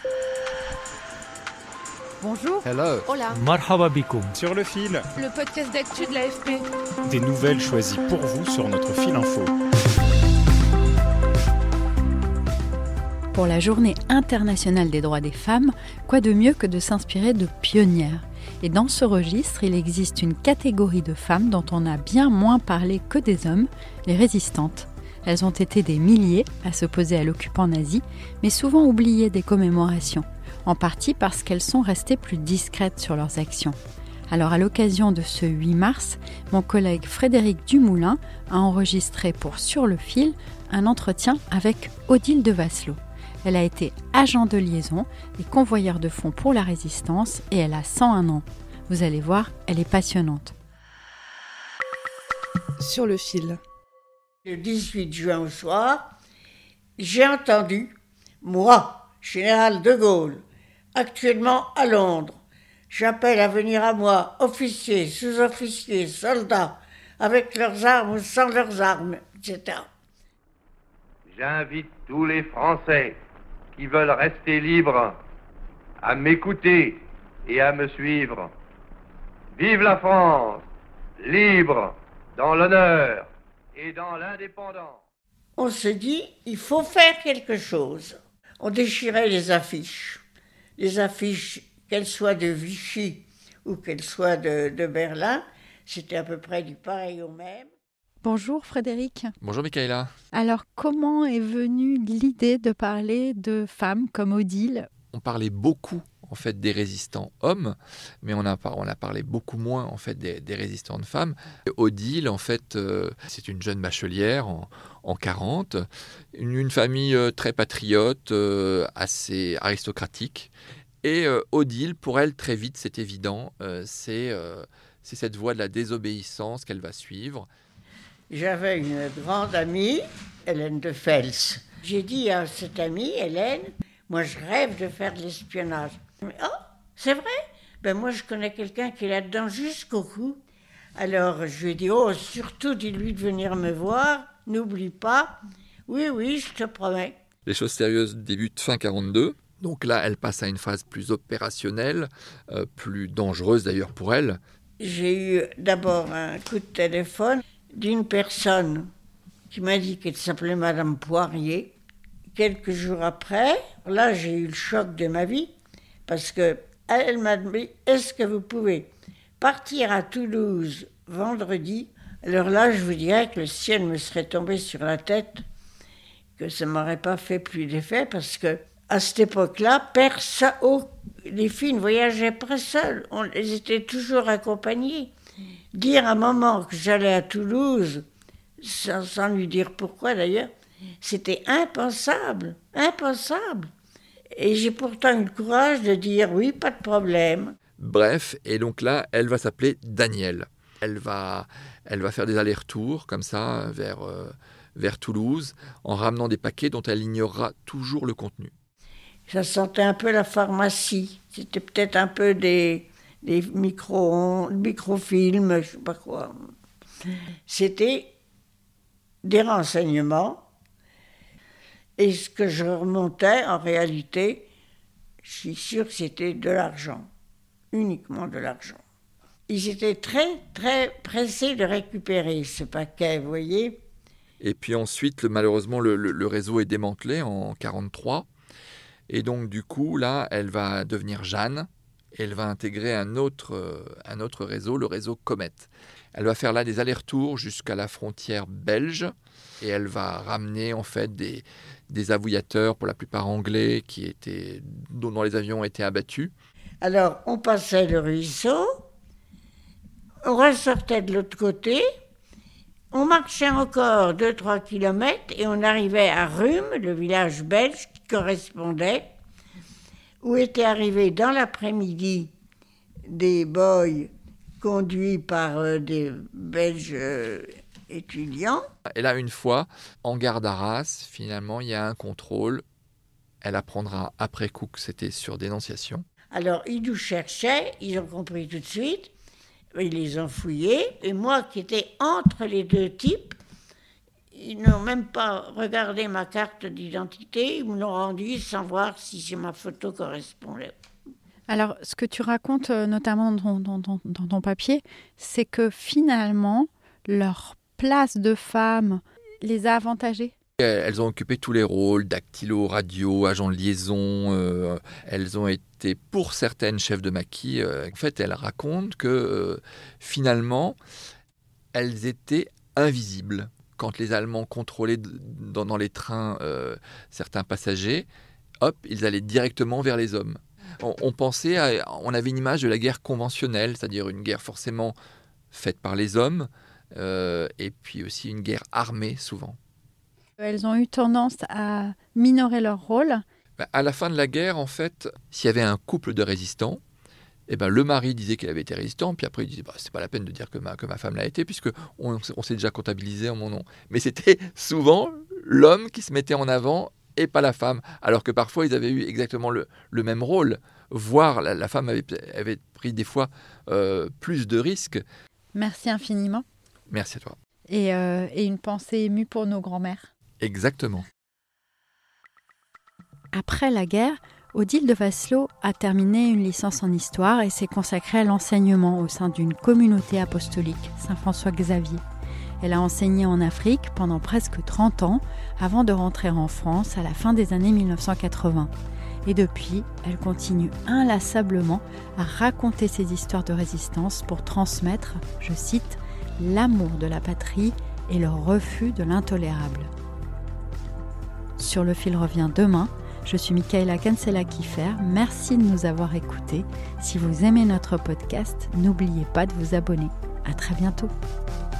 Bonjour. Hello. Hola. Marhaba bikoum. Sur le fil, Le podcast d'actu de l'AFP. des nouvelles choisies pour vous sur notre fil info. Pour la Journée internationale des droits des femmes, quoi de mieux que de s'inspirer de pionnières ? Et dans ce registre, il existe une catégorie de femmes dont on a bien moins parlé que des hommes, les résistantes. Elles ont été des milliers à s'opposer à l'occupant nazi, mais souvent oubliées des commémorations, en partie parce qu'elles sont restées plus discrètes sur leurs actions. Alors à l'occasion de ce 8 mars, mon collègue Frédéric Dumoulin a enregistré pour Sur le fil un entretien avec Odile de Vasselot. Elle a été agent de liaison et convoyeur de fonds pour la résistance et elle a 101 ans. Vous allez voir, elle est passionnante. Sur le fil. Le 18 juin au soir, j'ai entendu, moi, général de Gaulle, actuellement à Londres, j'appelle à venir à moi, officiers, sous-officiers, soldats, avec leurs armes ou sans leurs armes, etc. J'invite tous les Français qui veulent rester libres à m'écouter et à me suivre. Vive la France, libre, dans l'honneur et dans l'indépendance. On se dit, il faut faire quelque chose. On déchirait les affiches, qu'elles soient de Vichy ou qu'elles soient de Berlin, c'était à peu près du pareil au même. Bonjour Frédéric. Bonjour Michaela. Alors comment est venue l'idée de parler de femmes comme Odile ? On parlait beaucoup en fait des résistants hommes, mais on a parlé beaucoup moins en fait des résistantes femmes. Odile en fait c'est une jeune bachelière en 40, une famille très patriote, assez aristocratique. Et Odile, pour elle très vite, c'est évident, c'est cette voie de la désobéissance qu'elle va suivre. J'avais une grande amie, Hélène de Fels. J'ai dit à cette amie, Hélène, moi je rêve de faire de l'espionnage. Oh, c'est vrai ? Ben moi je connais quelqu'un qui est là-dedans jusqu'au cou. Alors je lui ai dit, oh surtout dis-lui de venir me voir, n'oublie pas. Oui, je te promets. Les choses sérieuses débutent fin 42. Donc là, elle passe à une phase plus opérationnelle, plus dangereuse d'ailleurs pour elle. J'ai eu d'abord un coup de téléphone d'une personne qui m'a dit qu'elle s'appelait Madame Poirier. Quelques jours après, là j'ai eu le choc de ma vie, parce qu'elle m'a dit, est-ce que vous pouvez partir à Toulouse vendredi ? Alors là, je vous dirais que le ciel me serait tombé sur la tête, que ça ne m'aurait pas fait plus d'effet, parce que à cette époque-là, les filles ne voyageaient pas seules, elles étaient toujours accompagnées. Dire à maman que j'allais à Toulouse, sans lui dire pourquoi d'ailleurs, c'était impensable. Et j'ai pourtant eu le courage de dire oui, pas de problème. Bref, et donc là, elle va s'appeler Danielle. Elle va faire des allers-retours comme ça vers Toulouse, en ramenant des paquets dont elle ignorera toujours le contenu. Ça sentait un peu la pharmacie. C'était peut-être un peu des microfilms, je sais pas quoi. C'était des renseignements. Et ce que je remontais, en réalité, je suis sûre que c'était de l'argent. Uniquement de l'argent. Ils étaient très, très pressés de récupérer ce paquet, vous voyez. Et puis ensuite, malheureusement, le réseau est démantelé en 1943. Et donc, du coup, là, elle va devenir Jeanne. Et elle va intégrer un autre réseau, le réseau Comet. Elle va faire là des allers-retours jusqu'à la frontière belge. Et elle va ramener en fait des avouillateurs, pour la plupart anglais, dont les avions étaient abattus. Alors, on passait le ruisseau, on ressortait de l'autre côté, on marchait encore 2-3 kilomètres et on arrivait à Rhume, le village belge qui correspondait, où étaient arrivés dans l'après-midi des boys conduits par des Belges étudiants. Et là, une fois, en gare d'Arras, finalement, il y a un contrôle. Elle apprendra après coup que c'était sur dénonciation. Alors, ils nous cherchaient, ils ont compris tout de suite, ils les ont fouillés. Et moi, qui étais entre les deux types, Ils n'ont même pas regardé ma carte d'identité, ils me l'ont rendue sans voir si ma photo correspondait. Alors, ce que tu racontes notamment dans ton papier, c'est que finalement, leur place de femme les a avantagées. Elles ont occupé tous les rôles, dactylo, radio, agent de liaison. Elles ont été, pour certaines, chefs de maquis. En fait, elles racontent que finalement, elles étaient invisibles. Quand les Allemands contrôlaient dans les trains certains passagers, hop, ils allaient directement vers les hommes. On avait une image de la guerre conventionnelle, c'est-à-dire une guerre forcément faite par les hommes, et puis aussi une guerre armée souvent. Elles ont eu tendance à minorer leur rôle. À la fin de la guerre, en fait, s'il y avait un couple de résistants, le mari disait qu'elle avait été résistant, puis après il disait c'est pas la peine de dire que ma femme l'a été, puisque on s'est déjà comptabilisé en mon nom. Mais c'était souvent l'homme qui se mettait en avant et pas la femme, alors que parfois ils avaient eu exactement le même rôle, voire la femme avait pris des fois plus de risques. Merci infiniment. Merci à toi. Et une pensée émue pour nos grands-mères. Exactement. Après la guerre, Odile de Vasselot a terminé une licence en histoire et s'est consacrée à l'enseignement au sein d'une communauté apostolique, Saint-François-Xavier. Elle a enseigné en Afrique pendant presque 30 ans avant de rentrer en France à la fin des années 1980. Et depuis, elle continue inlassablement à raconter ses histoires de résistance pour transmettre, je cite, « l'amour de la patrie et le refus de l'intolérable ». Sur le fil revient demain. Je suis Michaela Cancela-Kiffer. Merci de nous avoir écoutés. Si vous aimez notre podcast, n'oubliez pas de vous abonner. À très bientôt.